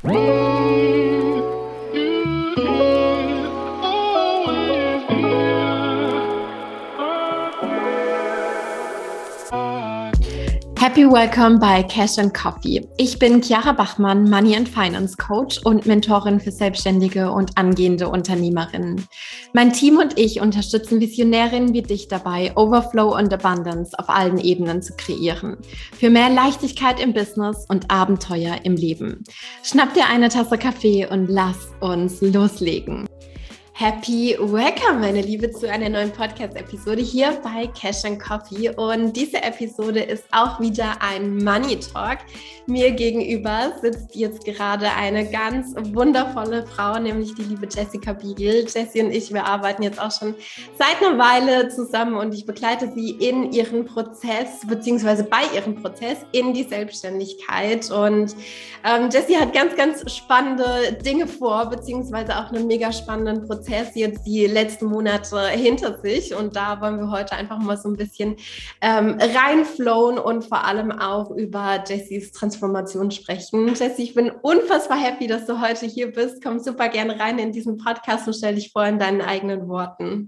Happy Welcome bei Cash and Coffee. Ich bin Chiara Bachmann, Money and Finance Coach und Mentorin für Selbstständige und angehende Unternehmerinnen. Mein Team und ich unterstützen Visionärinnen wie dich dabei, Overflow und Abundance auf allen Ebenen zu kreieren. Für mehr Leichtigkeit im Business und Abenteuer im Leben. Schnapp dir eine Tasse Kaffee und lass uns loslegen. Happy Welcome, meine Liebe, zu einer neuen Podcast-Episode hier bei Cash and Coffee. Und diese Episode ist auch wieder ein Money Talk. Mir gegenüber sitzt jetzt gerade eine ganz wundervolle Frau, nämlich die liebe Jessica Biegel. Jessie und ich, wir arbeiten jetzt auch schon seit einer Weile zusammen und ich begleite sie in ihren Prozess, beziehungsweise bei ihrem Prozess in die Selbstständigkeit. Und Jessie hat ganz, ganz spannende Dinge vor, beziehungsweise auch einen mega spannenden Prozess jetzt die letzten Monate hinter sich und da wollen wir heute einfach mal so ein bisschen reinflowen und vor allem auch über Jessies Transformation sprechen. Jessie, ich bin unfassbar happy, dass du heute hier bist. Komm super gerne rein in diesen Podcast und stell dich vor in deinen eigenen Worten.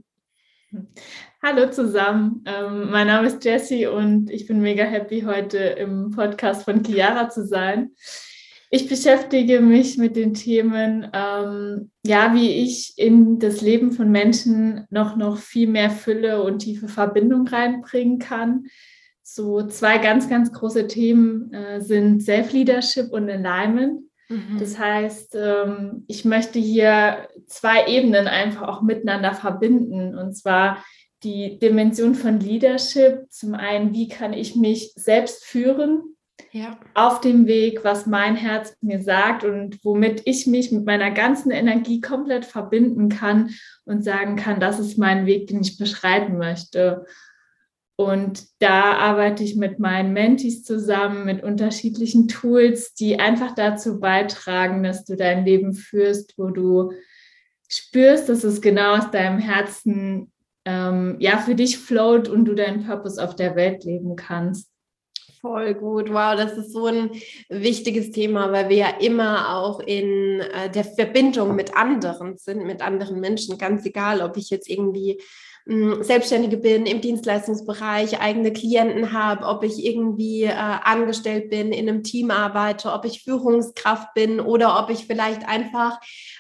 Hallo zusammen, mein Name ist Jessie und ich bin mega happy, heute im Podcast von Chiara zu sein. Ich beschäftige mich mit den Themen, wie ich in das Leben von Menschen noch viel mehr Fülle und tiefe Verbindung reinbringen kann. So zwei ganz, ganz große Themen sind Self-Leadership und Alignment. Das heißt, ich möchte hier zwei Ebenen einfach auch miteinander verbinden. Und zwar die Dimension von Leadership. Zum einen, wie kann ich mich selbst führen? Ja. Auf dem Weg, was mein Herz mir sagt und womit ich mich mit meiner ganzen Energie komplett verbinden kann und sagen kann, das ist mein Weg, den ich beschreiten möchte. Und da arbeite ich mit meinen Mentees zusammen, mit unterschiedlichen Tools, die einfach dazu beitragen, dass du dein Leben führst, wo du spürst, dass es genau aus deinem Herzen für dich float und du deinen Purpose auf der Welt leben kannst. Voll gut. Wow, das ist so ein wichtiges Thema, weil wir ja immer auch in der Verbindung mit anderen sind, mit anderen Menschen, ganz egal, ob ich jetzt irgendwie Selbstständige bin, im Dienstleistungsbereich, eigene Klienten habe, ob ich irgendwie angestellt bin, in einem Team arbeite, ob ich Führungskraft bin oder ob ich vielleicht einfach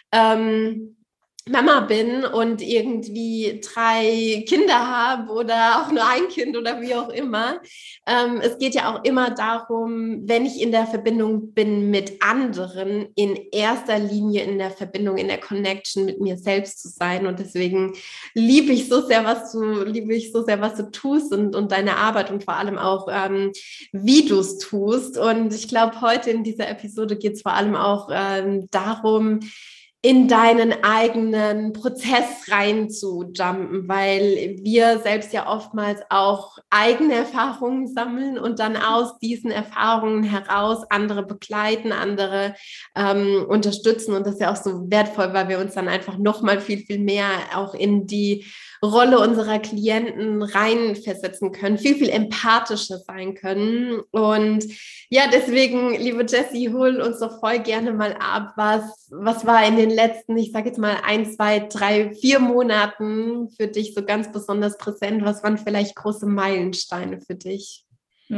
Mama bin und irgendwie 3 Kinder habe oder auch nur ein Kind oder wie auch immer. Es geht ja auch immer darum, wenn ich in der Verbindung bin mit anderen, in erster Linie in der Verbindung, in der Connection mit mir selbst zu sein. Und deswegen liebe ich so sehr, was du tust und deine Arbeit und vor allem auch, wie du es tust. Und ich glaube, heute in dieser Episode geht es vor allem auch darum, in deinen eigenen Prozess rein zu jumpen, weil wir selbst ja oftmals auch eigene Erfahrungen sammeln und dann aus diesen Erfahrungen heraus andere begleiten, andere unterstützen. Und das ist ja auch so wertvoll, weil wir uns dann einfach nochmal viel, viel mehr auch in die Rolle unserer Klienten reinversetzen können, viel, viel empathischer sein können. Und ja, deswegen, liebe Jessie, hol uns doch voll gerne mal ab, was war in den letzten, ich sage jetzt mal 1, 2, 3, 4 Monaten für dich so ganz besonders präsent? Was waren vielleicht große Meilensteine für dich?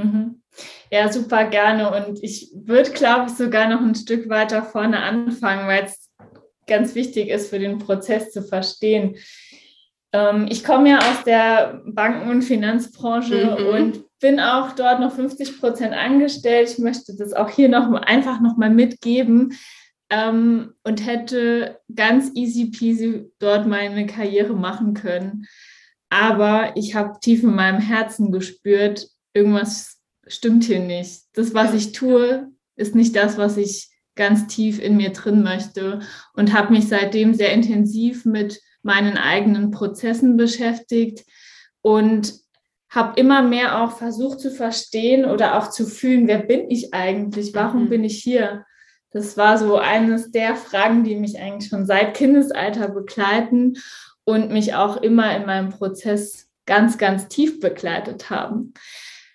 Ja, super gerne. Und ich würde, glaube ich, sogar noch ein Stück weiter vorne anfangen, weil es ganz wichtig ist, für den Prozess zu verstehen. Ich komme ja aus der Banken- und Finanzbranche und bin auch dort noch 50% angestellt. Ich möchte das auch hier einfach noch mal mitgeben und hätte ganz easy peasy dort meine Karriere machen können. Aber ich habe tief in meinem Herzen gespürt, irgendwas stimmt hier nicht. Das, was ich tue, ist nicht das, was ich ganz tief in mir drin möchte und habe mich seitdem sehr intensiv mit meinen eigenen Prozessen beschäftigt und habe immer mehr auch versucht zu verstehen oder auch zu fühlen, wer bin ich eigentlich, warum bin ich hier? Das war so eines der Fragen, die mich eigentlich schon seit Kindesalter begleiten und mich auch immer in meinem Prozess ganz, ganz tief begleitet haben.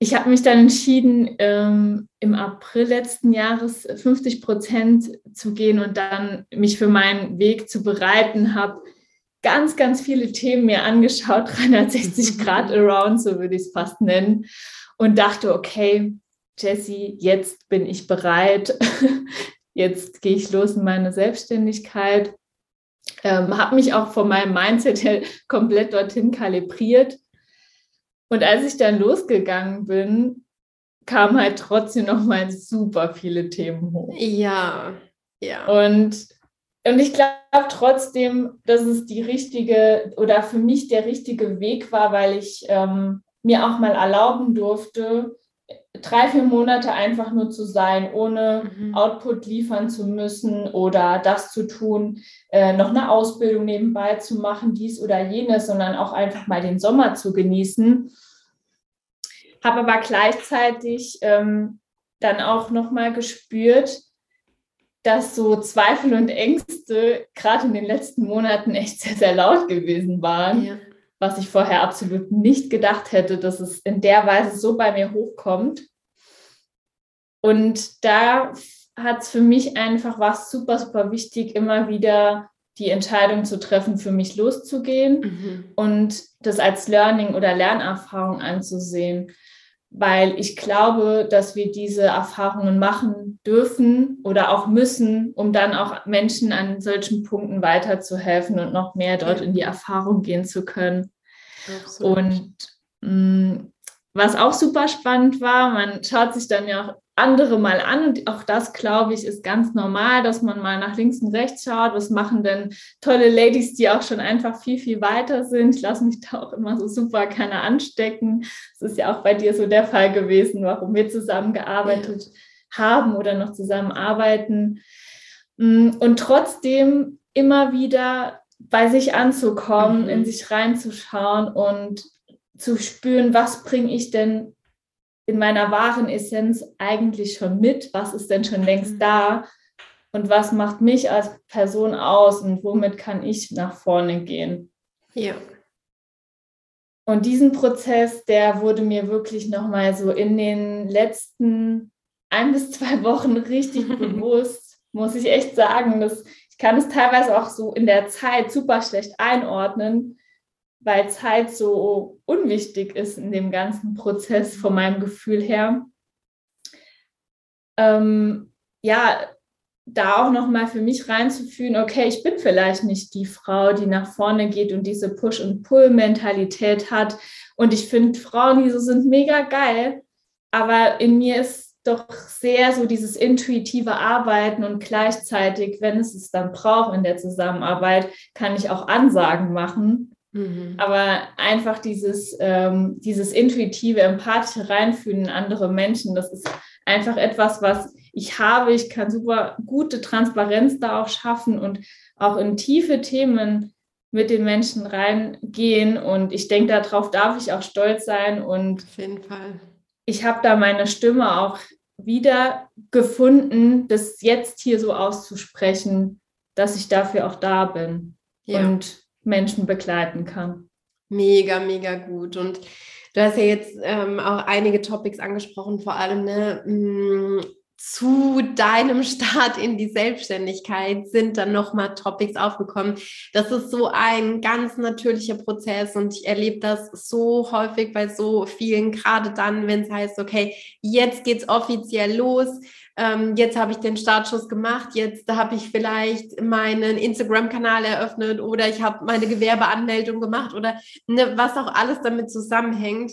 ich habe mich dann entschieden, im April letzten Jahres 50% zu gehen und dann mich für meinen Weg zu bereiten, habe ganz, ganz viele Themen mir angeschaut, 360 Grad around, so würde ich es fast nennen, und dachte, okay, Jessie, jetzt bin ich bereit, jetzt gehe ich los in meine Selbstständigkeit, habe mich auch von meinem Mindset her komplett dorthin kalibriert. Und als ich dann losgegangen bin, kamen halt trotzdem noch mal super viele Themen hoch. Ja. Und ich glaube trotzdem, dass es die richtige oder für mich der richtige Weg war, weil ich mir auch mal erlauben durfte, 3-4 Monate einfach nur zu sein, ohne Output liefern zu müssen oder das zu tun, noch eine Ausbildung nebenbei zu machen, dies oder jenes, sondern auch einfach mal den Sommer zu genießen. Habe aber gleichzeitig dann auch nochmal gespürt, dass so Zweifel und Ängste gerade in den letzten Monaten echt sehr, sehr laut gewesen waren, was ich vorher absolut nicht gedacht hätte, dass es in der Weise so bei mir hochkommt. Und da hat es für mich einfach was super, super wichtig, immer wieder die Entscheidung zu treffen, für mich loszugehen und das als Learning oder Lernerfahrung anzusehen. Weil ich glaube, dass wir diese Erfahrungen machen dürfen oder auch müssen, um dann auch Menschen an solchen Punkten weiterzuhelfen und noch mehr dort in die Erfahrung gehen zu können. Absolut. Und was auch super spannend war, man schaut sich dann ja auch andere mal an und auch das, glaube ich, ist ganz normal, dass man mal nach links und rechts schaut, was machen denn tolle Ladies, die auch schon einfach viel, viel weiter sind. Ich lasse mich da auch immer so super keiner anstecken. Das ist ja auch bei dir so der Fall gewesen, warum wir zusammengearbeitet haben oder noch zusammenarbeiten. Und trotzdem immer wieder bei sich anzukommen, in sich reinzuschauen und zu spüren, was bringe ich denn in meiner wahren Essenz eigentlich schon mit? Was ist denn schon längst da? Und was macht mich als Person aus? Und womit kann ich nach vorne gehen? Ja. Und diesen Prozess, der wurde mir wirklich nochmal so in den letzten 1 bis 2 Wochen richtig bewusst, muss ich echt sagen. Ich kann es teilweise auch so in der Zeit super schlecht einordnen, weil Zeit so unwichtig ist in dem ganzen Prozess von meinem Gefühl her. Da auch nochmal für mich reinzufühlen, okay, ich bin vielleicht nicht die Frau, die nach vorne geht und diese Push- und Pull-Mentalität hat. Und ich finde Frauen, die so sind, mega geil. Aber in mir ist doch sehr so dieses intuitive Arbeiten und gleichzeitig, wenn es dann braucht in der Zusammenarbeit, kann ich auch Ansagen machen. Aber einfach dieses intuitive, empathische Reinfühlen in andere Menschen, das ist einfach etwas, was ich habe. Ich kann super gute Transparenz da auch schaffen und auch in tiefe Themen mit den Menschen reingehen. Und ich denke, darauf darf ich auch stolz sein. Und auf jeden Fall. Ich habe da meine Stimme auch wieder gefunden, das jetzt hier so auszusprechen, dass ich dafür auch da bin. Und Menschen begleiten kann. Mega, mega gut. Und du hast ja jetzt auch einige Topics angesprochen, vor allem zu deinem Start in die Selbstständigkeit sind dann nochmal Topics aufgekommen. Das ist so ein ganz natürlicher Prozess und ich erlebe das so häufig bei so vielen, gerade dann, wenn es heißt, okay, jetzt geht's offiziell los. Jetzt habe ich den Startschuss gemacht, jetzt habe ich vielleicht meinen Instagram-Kanal eröffnet oder ich habe meine Gewerbeanmeldung gemacht oder was auch alles damit zusammenhängt.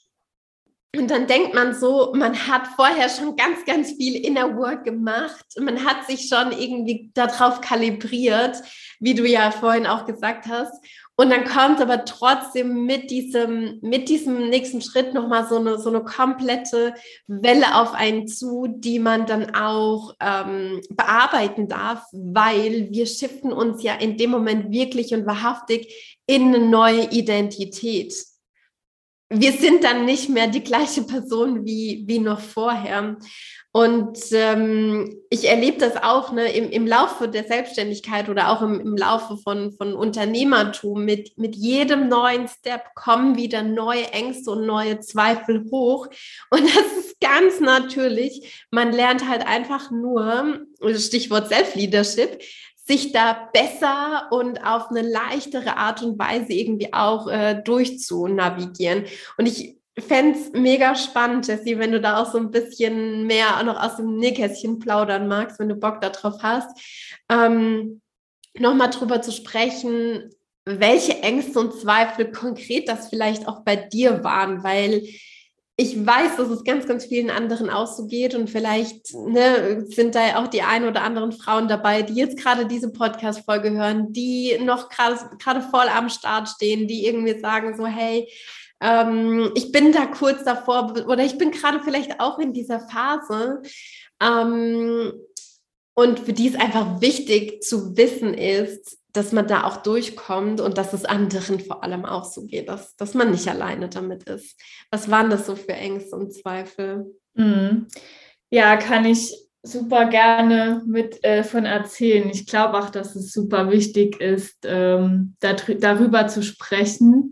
Und dann denkt man so, man hat vorher schon ganz, ganz viel Inner Work gemacht. Man hat sich schon irgendwie darauf kalibriert, wie du ja vorhin auch gesagt hast. Und dann kommt aber trotzdem mit diesem nächsten Schritt nochmal so eine komplette Welle auf einen zu, die man dann auch bearbeiten darf, weil wir shiften uns ja in dem Moment wirklich und wahrhaftig in eine neue Identität. Wir sind dann nicht mehr die gleiche Person wie noch vorher. Und ich erlebe das auch, ne, im Laufe der Selbstständigkeit oder auch im Laufe von Unternehmertum. Mit jedem neuen Step kommen wieder neue Ängste und neue Zweifel hoch. Und das ist ganz natürlich. Man lernt halt einfach nur, Stichwort Self-Leadership, sich da besser und auf eine leichtere Art und Weise irgendwie auch durchzunavigieren. Und ich fände es mega spannend, Jessie, wenn du da auch so ein bisschen mehr auch noch aus dem Nähkästchen plaudern magst, wenn du Bock darauf hast, nochmal drüber zu sprechen, welche Ängste und Zweifel konkret das vielleicht auch bei dir waren, weil ich weiß, dass es ganz, ganz vielen anderen auch so geht und vielleicht ne, sind da auch die ein oder anderen Frauen dabei, die jetzt gerade diese Podcast-Folge hören, die noch gerade voll am Start stehen, die irgendwie sagen so, hey, ich bin da kurz davor oder ich bin gerade vielleicht auch in dieser Phase. Und für die es einfach wichtig zu wissen ist, dass man da auch durchkommt und dass es anderen vor allem auch so geht, dass man nicht alleine damit ist. Was waren das so für Ängste und Zweifel? Ja, kann ich super gerne mit von erzählen. Ich glaube auch, dass es super wichtig ist, darüber zu sprechen.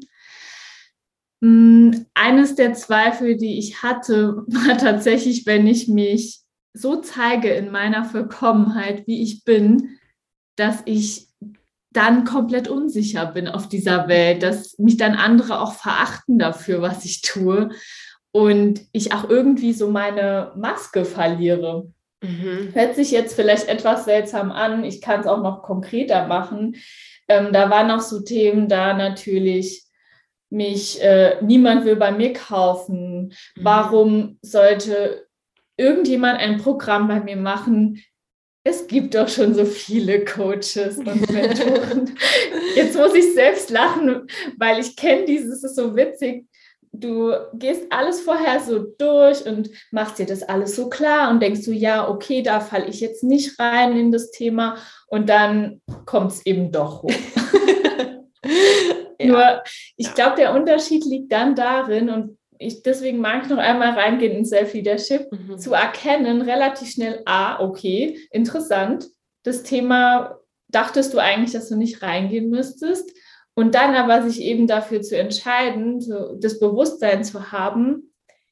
Eines der Zweifel, die ich hatte, war tatsächlich, wenn ich mich so zeige in meiner Vollkommenheit, wie ich bin, dass ich dann komplett unsicher bin auf dieser Welt, dass mich dann andere auch verachten dafür, was ich tue und ich auch irgendwie so meine Maske verliere. Hört sich jetzt vielleicht etwas seltsam an, ich kann es auch noch konkreter machen. Da waren auch so Themen da natürlich, niemand will bei mir kaufen. Warum sollte irgendjemand ein Programm bei mir machen? Es gibt doch schon so viele Coaches und Mentoren. Jetzt muss ich selbst lachen, weil ich kenne dieses, es ist so witzig. Du gehst alles vorher so durch und machst dir das alles so klar und denkst du, ja, okay, da falle ich jetzt nicht rein in das Thema und dann kommt es eben doch hoch. Ja. Nur, ich glaube, der Unterschied liegt dann darin, und deswegen mag ich noch einmal reingehen in Self-Leadership, zu erkennen, relativ schnell, okay, interessant, das Thema dachtest du eigentlich, dass du nicht reingehen müsstest, und dann aber sich eben dafür zu entscheiden, so das Bewusstsein zu haben,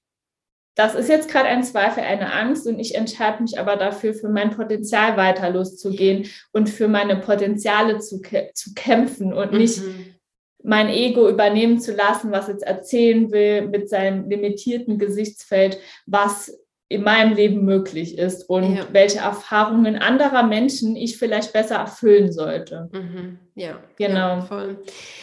das ist jetzt gerade ein Zweifel, eine Angst, und ich entscheide mich aber dafür, für mein Potenzial weiter loszugehen und für meine Potenziale zu kämpfen und nicht mein Ego übernehmen zu lassen, was jetzt erzählen will mit seinem limitierten Gesichtsfeld, was in meinem Leben möglich ist und welche Erfahrungen anderer Menschen ich vielleicht besser erfüllen sollte. Ja, genau. Ja, voll.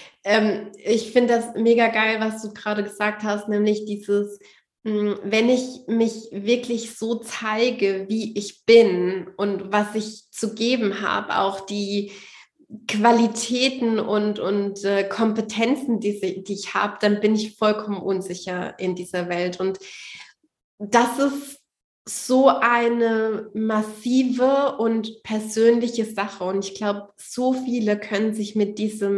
Ich finde das mega geil, was du gerade gesagt hast, nämlich dieses, wenn ich mich wirklich so zeige, wie ich bin und was ich zu geben habe, auch die Qualitäten und Kompetenzen, die ich habe, dann bin ich vollkommen unsicher in dieser Welt. Und das ist so eine massive und persönliche Sache. Und ich glaube, so viele können sich mit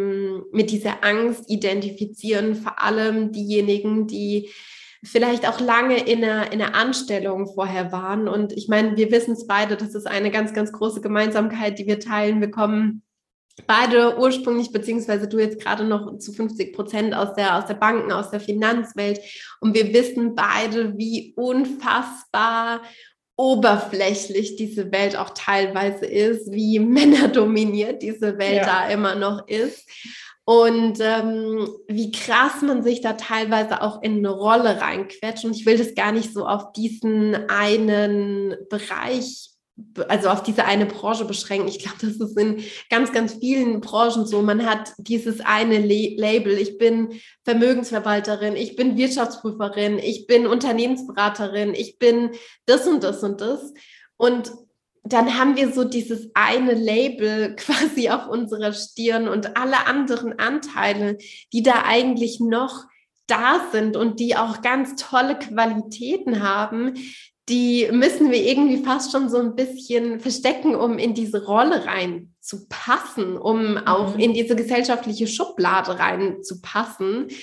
dieser Angst identifizieren, vor allem diejenigen, die vielleicht auch lange in einer Anstellung vorher waren. Und ich meine, wir wissen es beide, das ist eine ganz, ganz große Gemeinsamkeit, die wir teilen. Wir kommen beide ursprünglich, beziehungsweise du jetzt gerade noch zu 50% aus der Banken-, aus der Finanzwelt. Und wir wissen beide, wie unfassbar oberflächlich diese Welt auch teilweise ist, wie männerdominiert diese Welt da immer noch ist. Und wie krass man sich da teilweise auch in eine Rolle reinquetscht. Und ich will das gar nicht so auf diesen einen Bereich, also auf diese eine Branche beschränken. Ich glaube, das ist in ganz, ganz vielen Branchen so. Man hat dieses eine Label. Ich bin Vermögensverwalterin, ich bin Wirtschaftsprüferin, ich bin Unternehmensberaterin, ich bin das und das und das. Und dann haben wir so dieses eine Label quasi auf unserer Stirn und alle anderen Anteile, die da eigentlich noch da sind und die auch ganz tolle Qualitäten haben, die müssen wir irgendwie fast schon so ein bisschen verstecken, um in diese Rolle reinzupassen, um auch in diese gesellschaftliche Schublade reinzupassen.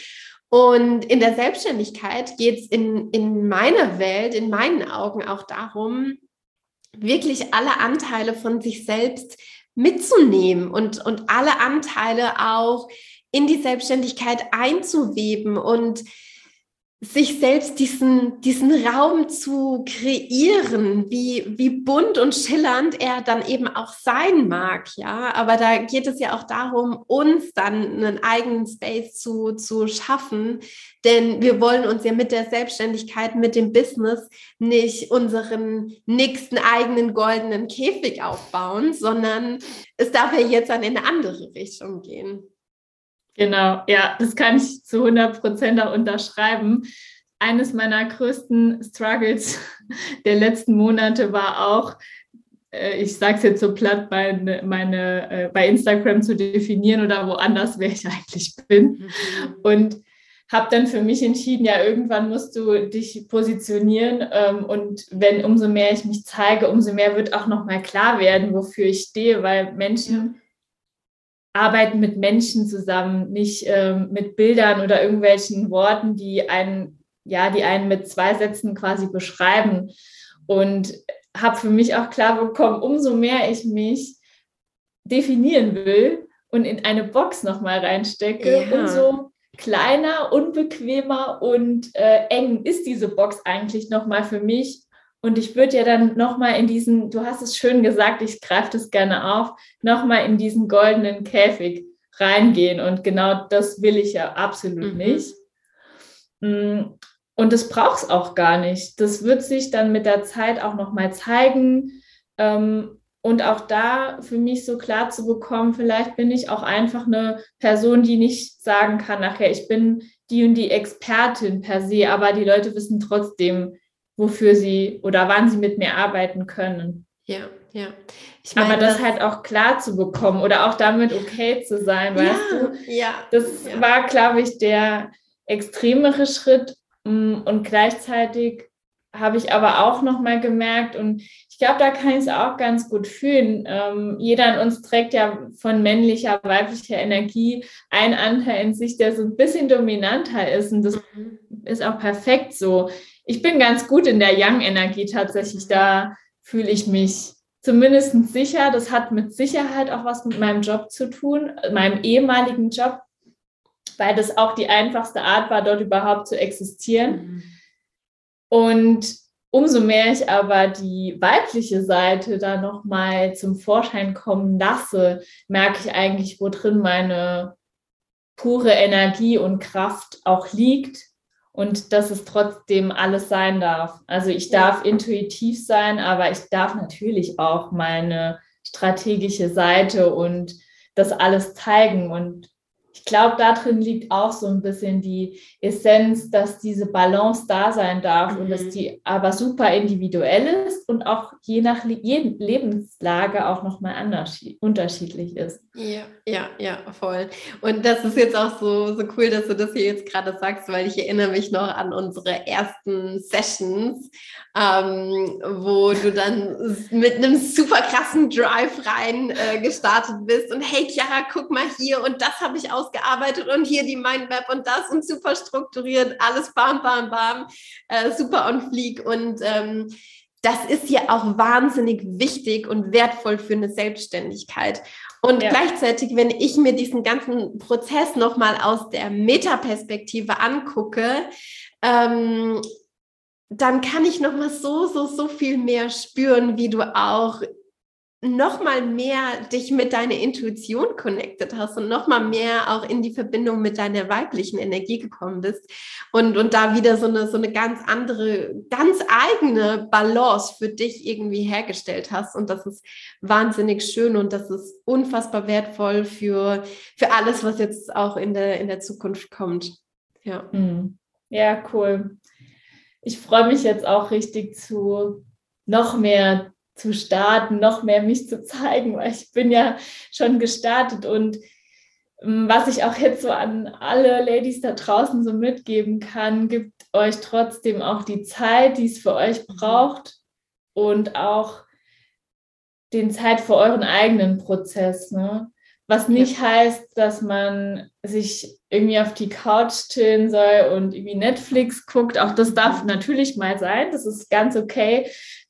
Und in der Selbstständigkeit geht es in meiner Welt, in meinen Augen auch darum, wirklich alle Anteile von sich selbst mitzunehmen und alle Anteile auch in die Selbstständigkeit einzuweben und sich selbst diesen Raum zu kreieren, wie bunt und schillernd er dann eben auch sein mag, ja. Aber da geht es ja auch darum, uns dann einen eigenen Space zu schaffen, denn wir wollen uns ja mit der Selbstständigkeit, mit dem Business nicht unseren nächsten eigenen goldenen Käfig aufbauen, sondern es darf ja jetzt dann in eine andere Richtung gehen. Genau, ja, das kann ich zu 100% auch unterschreiben. Eines meiner größten Struggles der letzten Monate war auch, ich sage es jetzt so platt, meine bei Instagram zu definieren oder woanders, wer ich eigentlich bin. Und habe dann für mich entschieden, ja, irgendwann musst du dich positionieren und umso mehr ich mich zeige, umso mehr wird auch nochmal klar werden, wofür ich stehe, weil Menschen arbeiten mit Menschen zusammen, nicht mit Bildern oder irgendwelchen Worten, die einen mit 2 Sätzen quasi beschreiben. Und habe für mich auch klar bekommen, umso mehr ich mich definieren will und in eine Box nochmal reinstecke, umso kleiner, unbequemer und eng ist diese Box eigentlich nochmal für mich. Und ich würde ja dann nochmal du hast es schön gesagt, ich greife das gerne auf, nochmal in diesen goldenen Käfig reingehen. Und genau das will ich ja absolut nicht. Und das braucht es auch gar nicht. Das wird sich dann mit der Zeit auch nochmal zeigen. Und auch da für mich so klar zu bekommen, vielleicht bin ich auch einfach eine Person, die nicht sagen kann, nachher, ich bin die und die Expertin per se, aber die Leute wissen trotzdem, wofür sie oder wann sie mit mir arbeiten können. Ja. Aber das halt auch klar zu bekommen oder auch damit okay zu sein, weißt du? Das war, glaube ich, der extremere Schritt und gleichzeitig habe ich aber auch nochmal gemerkt und ich glaube, da kann ich es auch ganz gut fühlen. Jeder in uns trägt ja von männlicher, weiblicher Energie einen Anteil in sich, der so ein bisschen dominanter ist und das ist auch perfekt so. Ich bin ganz gut in der Yang-Energie tatsächlich, da fühle ich mich zumindest sicher. Das hat mit Sicherheit auch was mit meinem Job zu tun, meinem ehemaligen Job, weil das auch die einfachste Art war, dort überhaupt zu existieren. Und umso mehr ich aber die weibliche Seite da nochmal zum Vorschein kommen lasse, merke ich eigentlich, wo drin meine pure Energie und Kraft auch liegt und dass es trotzdem alles sein darf. Also ich darf intuitiv sein, aber ich darf natürlich auch meine strategische Seite und das alles zeigen. Und ich glaube, darin liegt auch so ein bisschen die Essenz, dass diese Balance da sein darf und dass die aber super individuell ist und auch je nach Lebenslage auch nochmal unterschiedlich ist. Ja, voll. Und das ist jetzt auch so cool, dass du das hier jetzt gerade sagst, weil ich erinnere mich noch an unsere ersten Sessions, wo du dann mit einem super krassen Drive rein gestartet bist und hey Chiara, guck mal hier und das habe ich ausgearbeitet und hier die Mindmap und das und super strukturiert, alles bam, bam, bam, super on fleek und das ist ja auch wahnsinnig wichtig und wertvoll für eine Selbstständigkeit. Und gleichzeitig, wenn ich mir diesen ganzen Prozess nochmal aus der Metaperspektive angucke, dann kann ich nochmal so viel mehr spüren, wie du auch nochmal mehr dich mit deiner Intuition connected hast und nochmal mehr auch in die Verbindung mit deiner weiblichen Energie gekommen bist und da wieder so eine ganz andere, ganz eigene Balance für dich irgendwie hergestellt hast und das ist wahnsinnig schön und das ist unfassbar wertvoll für alles, was jetzt auch in der Zukunft kommt. Ja, cool. Ich freue mich jetzt auch richtig noch mehr zu starten, noch mehr mich zu zeigen, weil ich bin ja schon gestartet und was ich auch jetzt so an alle Ladies da draußen so mitgeben kann, gibt euch trotzdem auch die Zeit, die es für euch braucht und auch den Zeit für euren eigenen Prozess, ne? Was nicht heißt, dass man sich irgendwie auf die Couch chillen soll und irgendwie Netflix guckt. Auch das darf natürlich mal sein. Das ist ganz okay.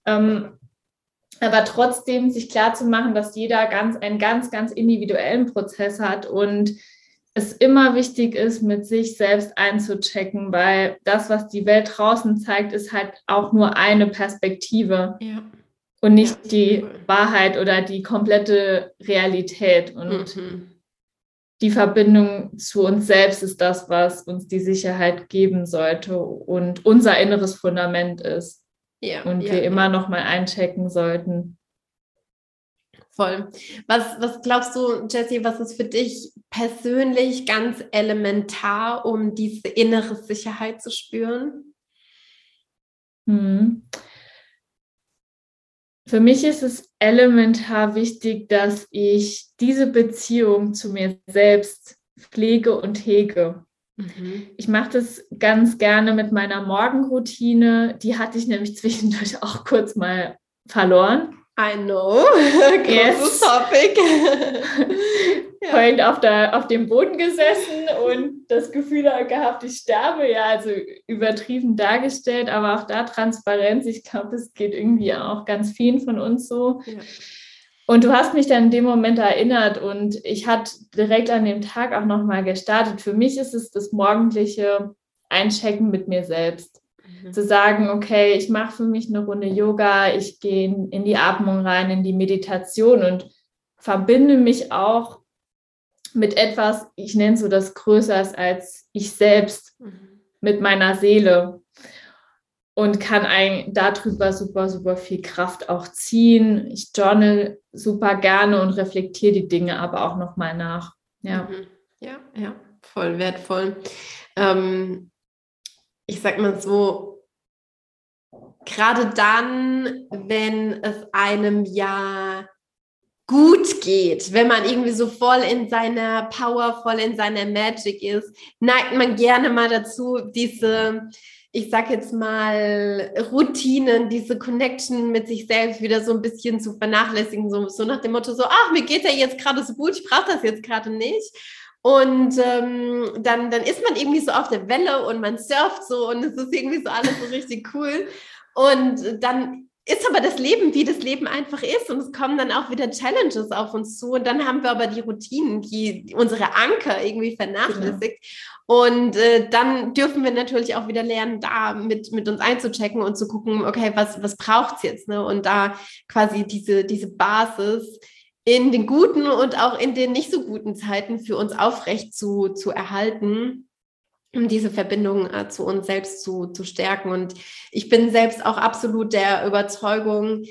Aber trotzdem sich klar zu machen, dass jeder einen ganz, ganz individuellen Prozess hat und es immer wichtig ist, mit sich selbst einzuchecken, weil das, was die Welt draußen zeigt, ist halt auch nur eine Perspektive und nicht die Wahrheit oder die komplette Realität. Und die Verbindung zu uns selbst ist das, was uns die Sicherheit geben sollte und unser inneres Fundament ist. Und wir immer noch mal einchecken sollten. Voll. Was glaubst du, Jessie, was ist für dich persönlich ganz elementar, um diese innere Sicherheit zu spüren? Für mich ist es elementar wichtig, dass ich diese Beziehung zu mir selbst pflege und hege. Ich mache das ganz gerne mit meiner Morgenroutine. Die hatte ich nämlich zwischendurch auch kurz mal verloren. I know. Großes Topic. Heulend auf dem Boden gesessen und das Gefühl gehabt, ich sterbe. Ja, also übertrieben dargestellt, aber auch da Transparenz. Ich glaube, es geht irgendwie auch ganz vielen von uns so. Ja. Und du hast mich dann in dem Moment erinnert und ich hatte direkt an dem Tag auch nochmal gestartet. Für mich ist es das morgendliche Einchecken mit mir selbst. Zu sagen, okay, ich mache für mich eine Runde Yoga, ich gehe in die Atmung rein, in die Meditation und verbinde mich auch mit etwas, ich nenne es so, das größer ist als ich selbst, mit meiner Seele. Und kann darüber super, super viel Kraft auch ziehen. Ich journal super gerne und reflektiere die Dinge aber auch nochmal nach. Ja, voll wertvoll. Ich sag mal so, gerade dann, wenn es einem ja gut geht, wenn man irgendwie so voll in seiner Power, voll in seiner Magic ist, neigt man gerne mal dazu, diese, ich sag jetzt mal, Routinen, diese Connection mit sich selbst wieder so ein bisschen zu vernachlässigen, so nach dem Motto so, ach, mir geht ja jetzt gerade so gut, ich brauche das jetzt gerade nicht. Und dann ist man irgendwie so auf der Welle und man surft so und es ist irgendwie so alles so richtig cool. Und dann ist aber das Leben, wie das Leben einfach ist und es kommen dann auch wieder Challenges auf uns zu und dann haben wir aber die Routinen, die unsere Anker irgendwie vernachlässigt. Genau. Und dann dürfen wir natürlich auch wieder lernen, da mit uns einzuchecken und zu gucken, okay, was braucht es jetzt? Ne? Und da quasi diese Basis in den guten und auch in den nicht so guten Zeiten für uns aufrecht zu erhalten, um diese Verbindung zu uns selbst zu stärken. Und ich bin selbst auch absolut der Überzeugung,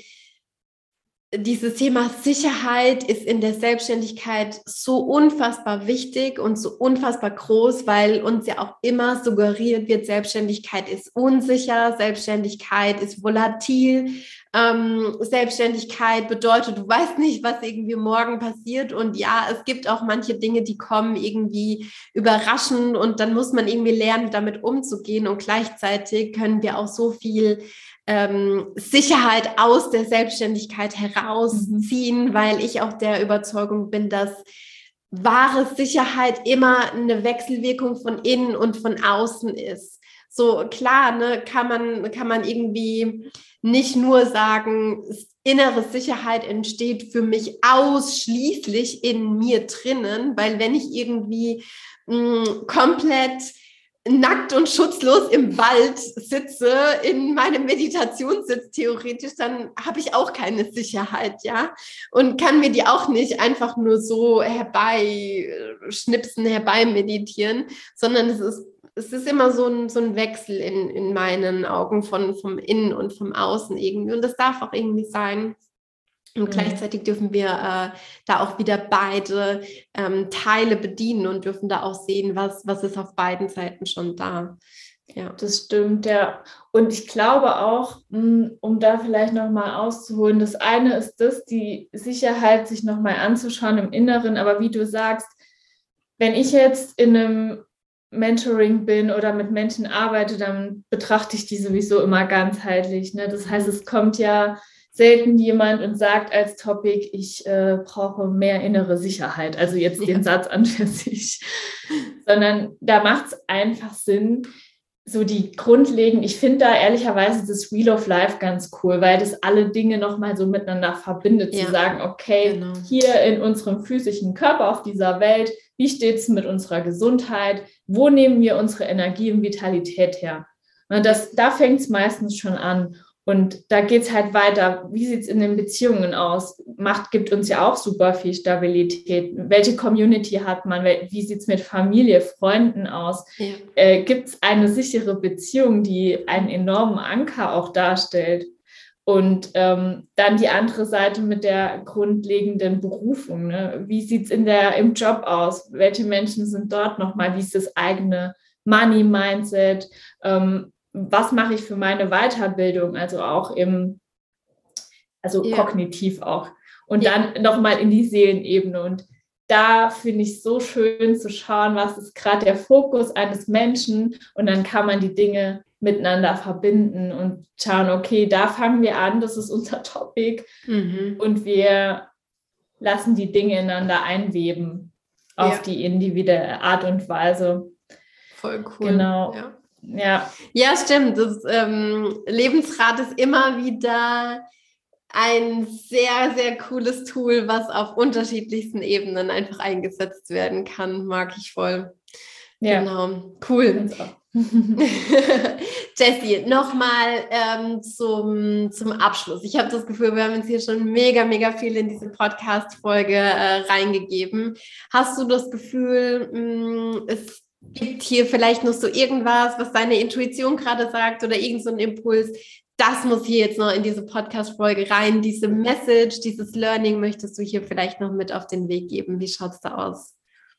dieses Thema Sicherheit ist in der Selbstständigkeit so unfassbar wichtig und so unfassbar groß, weil uns ja auch immer suggeriert wird, Selbstständigkeit ist unsicher, Selbstständigkeit ist volatil, Selbstständigkeit bedeutet, du weißt nicht, was irgendwie morgen passiert und ja, es gibt auch manche Dinge, die kommen irgendwie überraschend und dann muss man irgendwie lernen, damit umzugehen und gleichzeitig können wir auch so viel Sicherheit aus der Selbstständigkeit herausziehen, weil ich auch der Überzeugung bin, dass wahre Sicherheit immer eine Wechselwirkung von innen und von außen ist. So klar, ne, kann man irgendwie nicht nur sagen, innere Sicherheit entsteht für mich ausschließlich in mir drinnen, weil wenn ich irgendwie komplett nackt und schutzlos im Wald sitze, in meinem Meditationssitz theoretisch, dann habe ich auch keine Sicherheit, ja, und kann mir die auch nicht einfach nur so herbeischnipsen, herbeimeditieren, sondern es ist immer so ein Wechsel in meinen Augen vom Innen und vom Außen irgendwie und das darf auch irgendwie sein. Und gleichzeitig dürfen wir da auch wieder beide Teile bedienen und dürfen da auch sehen, was ist auf beiden Seiten schon da. Ja, das stimmt, ja. Und ich glaube auch, um da vielleicht nochmal auszuholen, das eine ist die Sicherheit, sich nochmal anzuschauen im Inneren. Aber wie du sagst, wenn ich jetzt in einem Mentoring bin oder mit Menschen arbeite, dann betrachte ich die sowieso immer ganzheitlich. Ne? Das heißt, es kommt ja selten jemand und sagt als Topic, ich brauche mehr innere Sicherheit, also jetzt den Satz an für sich, sondern da macht es einfach Sinn, so die grundlegend, ich finde da ehrlicherweise das Wheel of Life ganz cool, weil das alle Dinge nochmal so miteinander verbindet, zu sagen, okay, hier in unserem physischen Körper auf dieser Welt, wie steht es mit unserer Gesundheit, wo nehmen wir unsere Energie und Vitalität her? Und da fängt es meistens schon an. Und da geht es halt weiter. Wie sieht es in den Beziehungen aus? Macht gibt uns ja auch super viel Stabilität. Welche Community hat man? Wie sieht es mit Familie, Freunden aus? Ja. Gibt es eine sichere Beziehung, die einen enormen Anker auch darstellt? Und dann die andere Seite mit der grundlegenden Berufung. Ne? Wie sieht es im Job aus? Welche Menschen sind dort nochmal? Wie ist das eigene Money-Mindset? Was mache ich für meine Weiterbildung, also auch kognitiv auch. Und dann nochmal in die Seelenebene. Und da finde ich es so schön zu schauen, was ist gerade der Fokus eines Menschen. Und dann kann man die Dinge miteinander verbinden und schauen, okay, da fangen wir an, das ist unser Topic. Und wir lassen die Dinge ineinander einweben auf die individuelle Art und Weise. Voll cool. Genau. Ja, stimmt. Das Lebensrad ist immer wieder ein sehr, sehr cooles Tool, was auf unterschiedlichsten Ebenen einfach eingesetzt werden kann. Mag ich voll. Ja. Genau. Cool. Jessie, nochmal zum Abschluss. Ich habe das Gefühl, wir haben jetzt hier schon mega, mega viel in diese Podcast-Folge reingegeben. Hast du das Gefühl, es gibt hier vielleicht noch so irgendwas, was deine Intuition gerade sagt oder irgend so ein Impuls, das muss hier jetzt noch in diese Podcast-Folge rein, diese Message, dieses Learning möchtest du hier vielleicht noch mit auf den Weg geben? Wie schaut es da aus?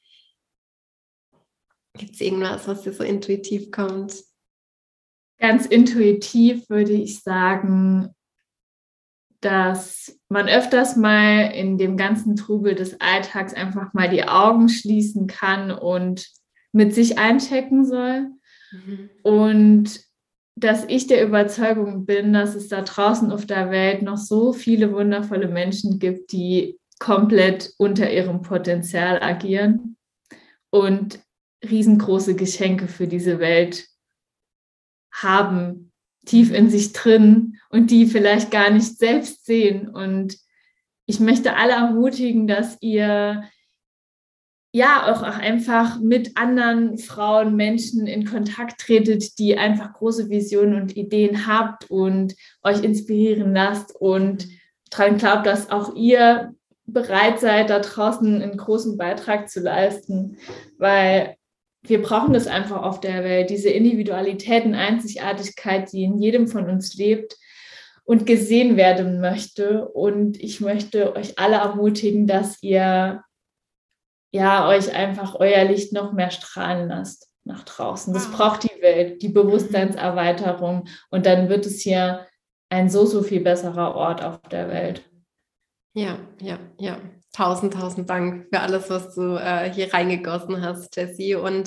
Gibt es irgendwas, was dir so intuitiv kommt? Ganz intuitiv würde ich sagen, dass man öfters mal in dem ganzen Trubel des Alltags einfach mal die Augen schließen kann und mit sich einchecken soll. Und dass ich der Überzeugung bin, dass es da draußen auf der Welt noch so viele wundervolle Menschen gibt, die komplett unter ihrem Potenzial agieren und riesengroße Geschenke für diese Welt haben, tief in sich drin und die vielleicht gar nicht selbst sehen. Und ich möchte alle ermutigen, dass ihr auch einfach mit anderen Frauen, Menschen in Kontakt tretet, die einfach große Visionen und Ideen habt und euch inspirieren lasst und daran glaubt, dass auch ihr bereit seid, da draußen einen großen Beitrag zu leisten, weil wir brauchen das einfach auf der Welt, diese Individualität und Einzigartigkeit, die in jedem von uns lebt und gesehen werden möchte. Und ich möchte euch alle ermutigen, dass ihr euch einfach euer Licht noch mehr strahlen lasst nach draußen. Das braucht die Welt, die Bewusstseinserweiterung. Und dann wird es hier ein so, so viel besserer Ort auf der Welt. Ja. Tausend Dank für alles, was du hier reingegossen hast, Jessie. Und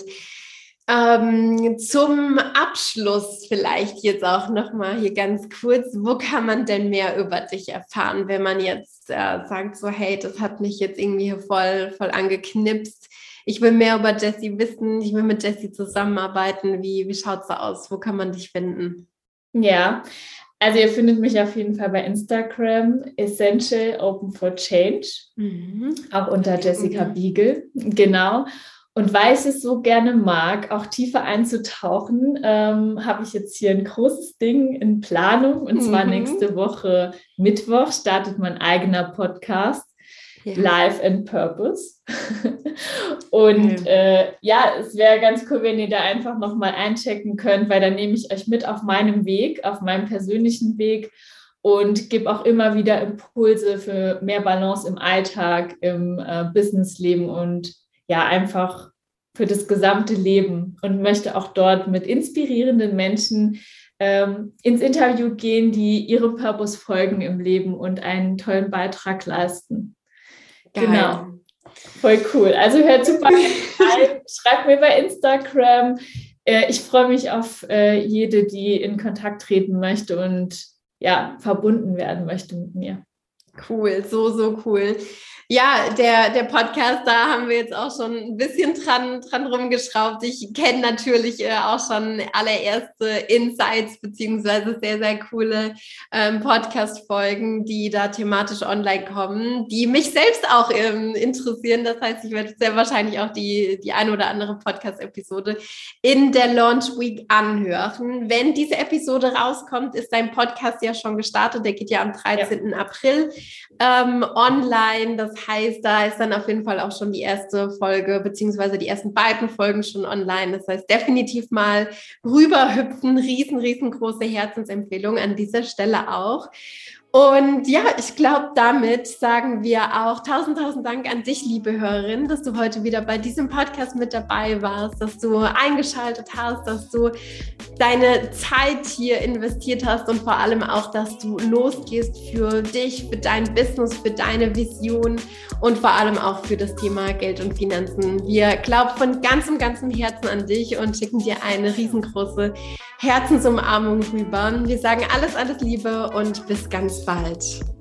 zum Abschluss vielleicht jetzt auch nochmal hier ganz kurz, wo kann man denn mehr über dich erfahren, wenn man jetzt sagt so, hey, das hat mich jetzt irgendwie hier voll angeknipst. Ich will mehr über Jessie wissen, ich will mit Jessie zusammenarbeiten. Wie schaut es da aus? Wo kann man dich finden? Ja, also ihr findet mich auf jeden Fall bei Instagram, Essential Open for Change, auch unter Jessica Biegel, genau. Und weil ich es so gerne mag, auch tiefer einzutauchen, habe ich jetzt hier ein großes Ding in Planung. Und zwar nächste Woche Mittwoch startet mein eigener Podcast, Life and Purpose. Und es wäre ganz cool, wenn ihr da einfach nochmal einchecken könnt, weil dann nehme ich euch mit auf meinem Weg, auf meinem persönlichen Weg und gebe auch immer wieder Impulse für mehr Balance im Alltag, im Businessleben und einfach für das gesamte Leben und möchte auch dort mit inspirierenden Menschen ins Interview gehen, die ihrem Purpose folgen im Leben und einen tollen Beitrag leisten. Geil. Genau. Voll cool. Also hört super rein, schreibt mir bei Instagram. Ich freue mich auf jede, die in Kontakt treten möchte und verbunden werden möchte mit mir. Cool, so cool. Ja, der Podcast, da haben wir jetzt auch schon ein bisschen dran rumgeschraubt. Ich kenne natürlich auch schon allererste Insights beziehungsweise sehr, sehr coole Podcast-Folgen, die da thematisch online kommen, die mich selbst auch interessieren. Das heißt, ich werde sehr wahrscheinlich auch die eine oder andere Podcast-Episode in der Launch Week anhören. Wenn diese Episode rauskommt, ist dein Podcast ja schon gestartet. Der geht ja am 13. April online. Das heißt, da ist dann auf jeden Fall auch schon die erste Folge, beziehungsweise die ersten beiden Folgen schon online. Das heißt, definitiv mal rüberhüpfen. Riesengroße Herzensempfehlung an dieser Stelle auch. Und ja, ich glaube, damit sagen wir auch tausend Dank an dich, liebe Hörerin, dass du heute wieder bei diesem Podcast mit dabei warst, dass du eingeschaltet hast, dass du deine Zeit hier investiert hast und vor allem auch, dass du losgehst für dich, für dein Business, für deine Vision und vor allem auch für das Thema Geld und Finanzen. Wir glauben von ganzem Herzen an dich und schicken dir eine riesengroße Herzensumarmung rüber. Wir sagen alles Liebe und bis ganz bald.